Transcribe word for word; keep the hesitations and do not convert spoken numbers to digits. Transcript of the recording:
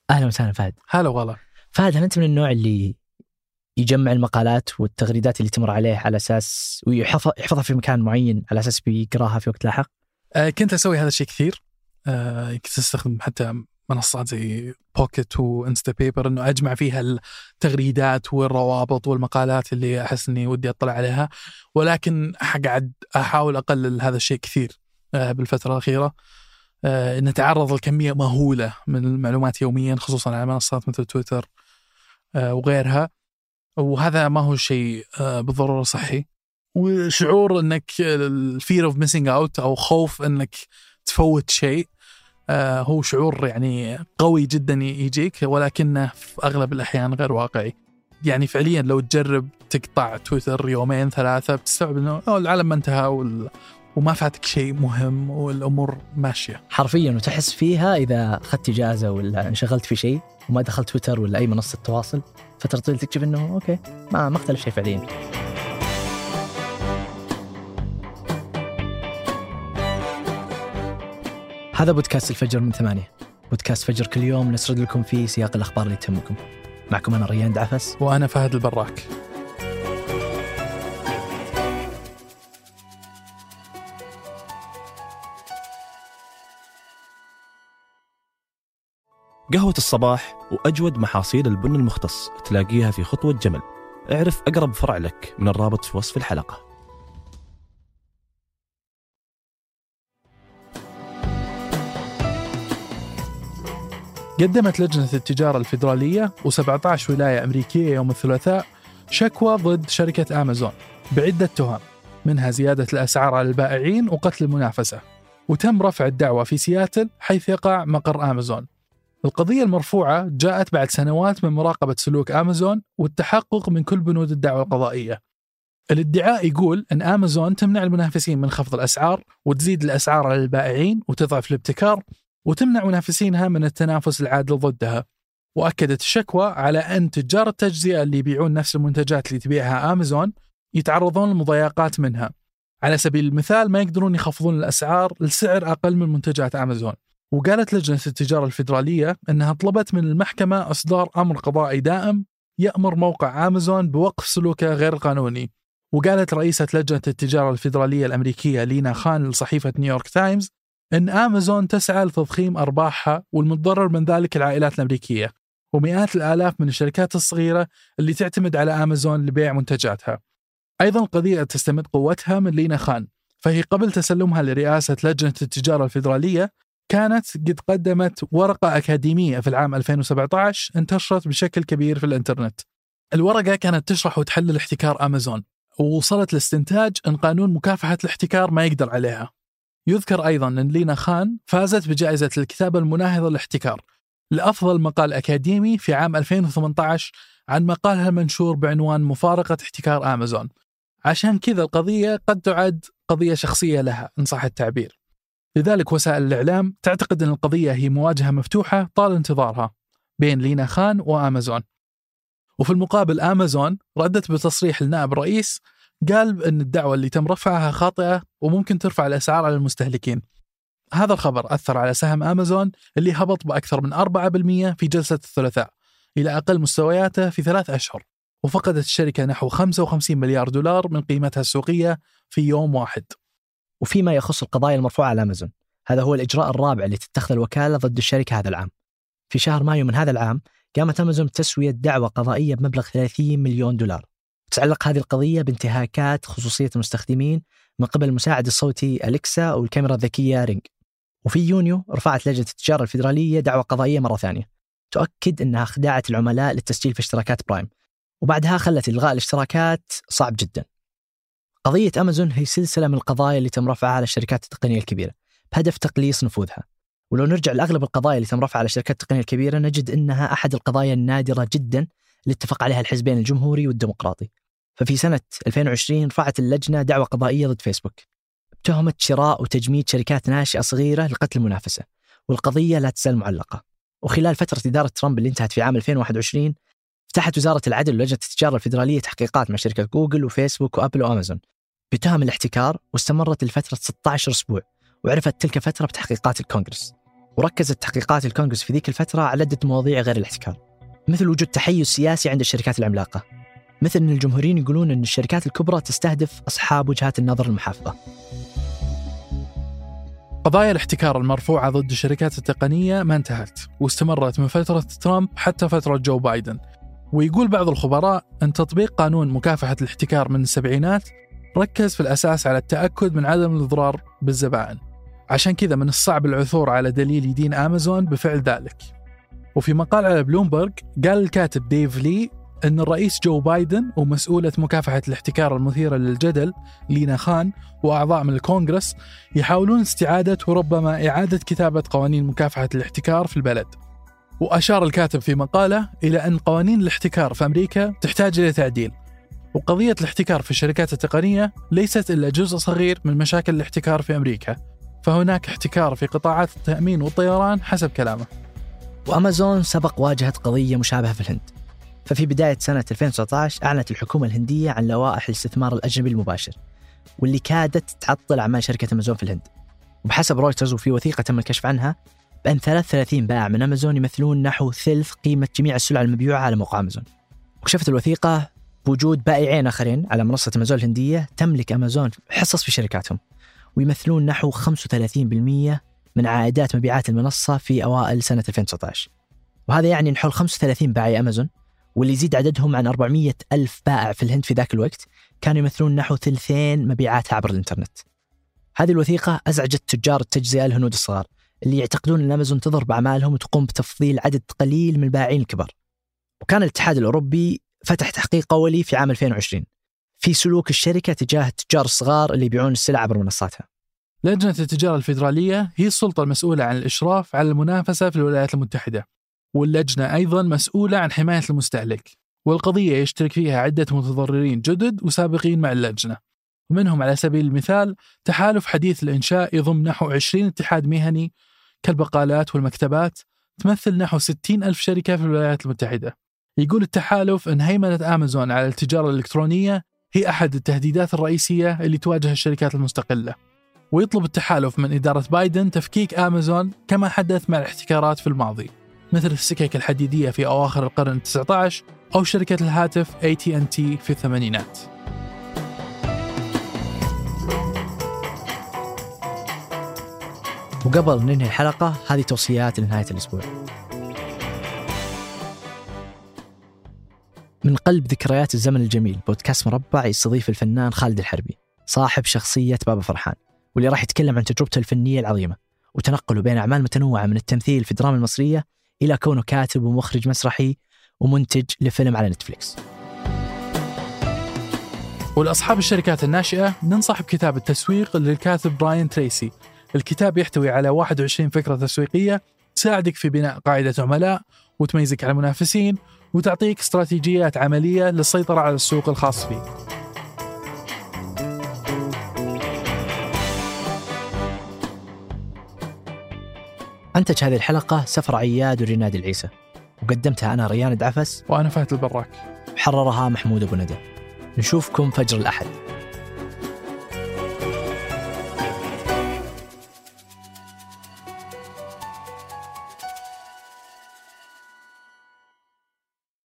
أهلا وسهلا فهد. هلا والله. فهد، هل أنت من النوع اللي يجمع المقالات والتغريدات اللي تمر عليه على أساس ويحفظها في مكان معين على أساس بيقراها في وقت لاحق؟ آه كنت أسوي هذا الشيء كثير. آه كنت أستخدم حتى منصات زي بوكيت وإنستا بيبر إنه أجمع فيها التغريدات والروابط والمقالات اللي أحس إني ودي أطلع عليها، ولكن قاعد أحاول أقلل هذا الشيء كثير آه بالفترة الأخيرة. آه نتعرض لكمية مهولة من المعلومات يوميا، خصوصا على منصات مثل تويتر آه وغيرها، وهذا ما هو شيء آه بالضرورة صحي. وشعور أنك الفير اوف ميسينج اوت أو خوف أنك تفوت شيء آه هو شعور يعني قوي جدا يجيك، ولكنه في أغلب الأحيان غير واقعي. يعني فعليا لو تجرب تقطع تويتر يومين ثلاثة بتستوعب أنه العالم ما انتهى وال... وما فاتك شيء مهم والأمور ماشية حرفيا، وتحس فيها إذا أخذت إجازة ولا انشغلت في شيء وما دخلت تويتر ولا أي منصة تواصل فترة طويلة تكتشف أنه أوكي ما ما اختلف شيء فعليا. هذا بودكاست الفجر من ثمانية، بودكاست فجر كل يوم نسرد لكم فيه سياق الأخبار اللي تهمكم. معكم أنا ريان دعفس وأنا فهد البراك. قهوة الصباح وأجود محاصيل البن المختص تلاقيها في خطوة جمل. اعرف أقرب فرع لك من الرابط في وصف الحلقة. قدمت لجنة التجارة الفيدرالية وسبعة عشر ولاية أمريكية يوم الثلاثاء شكوى ضد شركة آمازون بعدة تهم، منها زيادة الأسعار على البائعين وقتل المنافسة. وتم رفع الدعوى في سياتل حيث يقع مقر آمازون. القضية المرفوعة جاءت بعد سنوات من مراقبة سلوك آمازون والتحقق من كل بنود الدعوى القضائية. الادعاء يقول أن آمازون تمنع المنافسين من خفض الأسعار وتزيد الأسعار على البائعين وتضعف الابتكار وتمنع منافسينها من التنافس العادل ضدها. وأكدت الشكوى على أن تجار التجزئة اللي يبيعون نفس المنتجات اللي تبيعها آمازون يتعرضون لمضايقات منها. على سبيل المثال ما يقدرون يخفضون الأسعار لسعر أقل من منتجات آمازون. وقالت لجنة التجارة الفيدرالية أنها طلبت من المحكمة إصدار أمر قضائي دائم يأمر موقع آمازون بوقف سلوكه غير قانوني. وقالت رئيسة لجنة التجارة الفيدرالية الأمريكية لينا خان لصحيفة نيويورك تايمز أن آمازون تسعى لتضخيم أرباحها والمتضرر من ذلك العائلات الأمريكية ومئات الآلاف من الشركات الصغيرة اللي تعتمد على آمازون لبيع منتجاتها. أيضا القضية تستمد قوتها من لينا خان، فهي قبل تسلمها لرئاسة لجنة التجارة الفيدرالية كانت قد قدمت ورقة أكاديمية في العام ألفين وسبعة عشر انتشرت بشكل كبير في الإنترنت. الورقة كانت تشرح وتحلل احتكار آمازون، ووصلت لاستنتاج أن قانون مكافحة الاحتكار ما يقدر عليها. يذكر أيضا أن لينا خان فازت بجائزة الكتابة المناهضة للاحتكار لأفضل مقال أكاديمي في عام ألفين وثمانية عشر عن مقالها المنشور بعنوان مفارقة احتكار آمازون. عشان كذا القضية قد تعد قضية شخصية لها إن صح التعبير. لذلك وسائل الإعلام تعتقد أن القضية هي مواجهة مفتوحة طال انتظارها بين لينا خان وآمازون. وفي المقابل آمازون ردت بتصريح لنائب الرئيس قال أن الدعوة اللي تم رفعها خاطئة وممكن ترفع الأسعار على المستهلكين. هذا الخبر أثر على سهم آمازون اللي هبط بأكثر من أربعة بالمئة في جلسة الثلاثاء إلى أقل مستوياته في ثلاث أشهر، وفقدت الشركة نحو خمسة وخمسين مليار دولار من قيمتها السوقية في يوم واحد. وفيما يخص القضايا المرفوعة على أمازون، هذا هو الإجراء الرابع اللي تتخذ الوكالة ضد الشركة هذا العام. في شهر مايو من هذا العام قامت أمازون بتسوية دعوى قضائية بمبلغ ثلاثين مليون دولار. تتعلق هذه القضية بانتهاكات خصوصية المستخدمين من قبل المساعد الصوتي أليكسا والكاميرا الذكية رينج. وفي يونيو رفعت لجنة التجارة الفيدرالية دعوى قضائية مرة ثانية تؤكد أنها خدعت العملاء للتسجيل في اشتراكات برايم، وبعدها خلت إلغاء الاشتراكات صعب جدا. قضية أمازون هي سلسلة من القضايا اللي تم رفعها على الشركات التقنية الكبيرة بهدف تقليص نفوذها. ولو نرجع لأغلب القضايا اللي تم رفعها على الشركات التقنية الكبيرة نجد أنها أحد القضايا النادرة جدا اللي اتفق عليها الحزبين الجمهوري والديمقراطي. ففي سنة ألفين وعشرين رفعت اللجنة دعوى قضائية ضد فيسبوك بتهمة شراء وتجميد شركات ناشئة صغيرة لقتل المنافسة، والقضية لا تزال معلقة. وخلال فترة إدارة ترامب اللي انتهت في عام ألفين وواحد وعشرين فتحت وزارة العدل ولجنة التجارة الفيدرالية تحقيقات مع شركة جوجل وفيسبوك وأبل وأمازون بتهم الاحتكار، واستمرت لفترة ستة عشر أسبوع، وعرفت تلك فترة بتحقيقات الكونغرس. وركزت تحقيقات الكونغرس في ذيك الفترة على عدة مواضيع غير الاحتكار، مثل وجود تحيز سياسي عند الشركات العملاقة، مثل أن الجمهوريين يقولون أن الشركات الكبرى تستهدف أصحاب وجهات النظر المحافظة. قضايا الاحتكار المرفوعة ضد الشركات التقنية ما انتهت، واستمرت من فترة ترامب حتى فترة جو بايدن. ويقول بعض الخبراء أن تطبيق قانون مكافحة الاحتكار من السبعينات ركز في الأساس على التأكد من عدم الإضرار بالزبائن، عشان كذا من الصعب العثور على دليل يدين أمازون بفعل ذلك. وفي مقال على بلومبرج قال الكاتب ديف لي أن الرئيس جو بايدن ومسؤولة مكافحة الاحتكار المثيرة للجدل لينا خان وأعضاء من الكونغرس يحاولون استعادة وربما إعادة كتابة قوانين مكافحة الاحتكار في البلد. وأشار الكاتب في مقاله إلى أن قوانين الاحتكار في أمريكا تحتاج إلى تعديل، وقضية الاحتكار في الشركات التقنية ليست إلا جزء صغير من مشاكل الاحتكار في أمريكا، فهناك احتكار في قطاعات التأمين والطيران حسب كلامه. وأمازون سبق واجهت قضية مشابهة في الهند. ففي بداية سنة ألفين وتسعة عشر أعلنت الحكومة الهندية عن لوائح الاستثمار الأجنبي المباشر، واللي كادت تعطل أعمال شركة أمازون في الهند. وبحسب رويترز وفي وثيقة تم الكشف عنها بأن ثلاثة وثلاثين بائع من أمازون يمثلون نحو ثلث قيمة جميع السلع المبيوعة على موقع أمازون. وكشفت الوثيقة بوجود بائعين آخرين على منصة أمازون الهندية تملك أمازون حصص في شركاتهم، ويمثلون نحو خمسة وثلاثين بالمئة من عائدات مبيعات المنصة في أوائل سنة ألفين وتسعة عشر. وهذا يعني نحو خمسة وثلاثين بائع أمازون، واللي يزيد عددهم عن أربعمئة ألف بائع في الهند في ذاك الوقت كانوا يمثلون نحو ثلثين مبيعاتها عبر الإنترنت. هذه الوثيقة أزعجت تجار التجزئة الهنود الصغار اللي يعتقدون أن أمازون تضر بأعمالهم وتقوم بتفضيل عدد قليل من البائعين الكبار. وكان الاتحاد الأوروبي فتح تحقيق أولي في عام ألفين وعشرين في سلوك الشركة تجاه التجار الصغار اللي يبيعون السلع عبر منصاتها. لجنة التجارة الفيدرالية هي السلطة المسؤولة عن الإشراف على المنافسة في الولايات المتحدة، واللجنة أيضاً مسؤولة عن حماية المستهلك، والقضية يشترك فيها عدة متضررين جدد وسابقين مع اللجنة، ومنهم على سبيل المثال تحالف حديث الإنشاء يضم نحو عشرين اتحاد مهني كالبقالات والمكتبات تمثل نحو ستين ألف شركة في الولايات المتحدة. يقول التحالف أن هيمنة أمازون على التجارة الإلكترونية هي أحد التهديدات الرئيسية اللي تواجه الشركات المستقلة، ويطلب التحالف من إدارة بايدن تفكيك أمازون كما حدث مع الاحتكارات في الماضي، مثل السكك الحديدية في أواخر القرن التاسع عشر أو شركة الهاتف إيه تي أند تي في الثمانينات. وقبل ننهي الحلقة هذه توصيات لنهاية الأسبوع. من قلب ذكريات الزمن الجميل بودكاست مربع يستضيف الفنان خالد الحربي صاحب شخصية بابا فرحان، واللي راح يتكلم عن تجربته الفنية العظيمة وتنقله بين أعمال متنوعة من التمثيل في الدراما المصرية إلى كونه كاتب ومخرج مسرحي ومنتج لفيلم على نتفليكس. والأصحاب الشركات الناشئة ننصح بكتاب التسويق للكاتب براين تريسي. الكتاب يحتوي على واحد وعشرين فكرة تسويقية تساعدك في بناء قاعدة عملاء وتميزك على المنافسين وتعطيك استراتيجيات عملية للسيطرة على السوق الخاص فيك. أنتج هذه الحلقة سفر عياد وريناد العيسى، وقدمتها أنا ريان دعفس وأنا فهد البراك، وحررها محمود أبو ندى. نشوفكم فجر الأحد.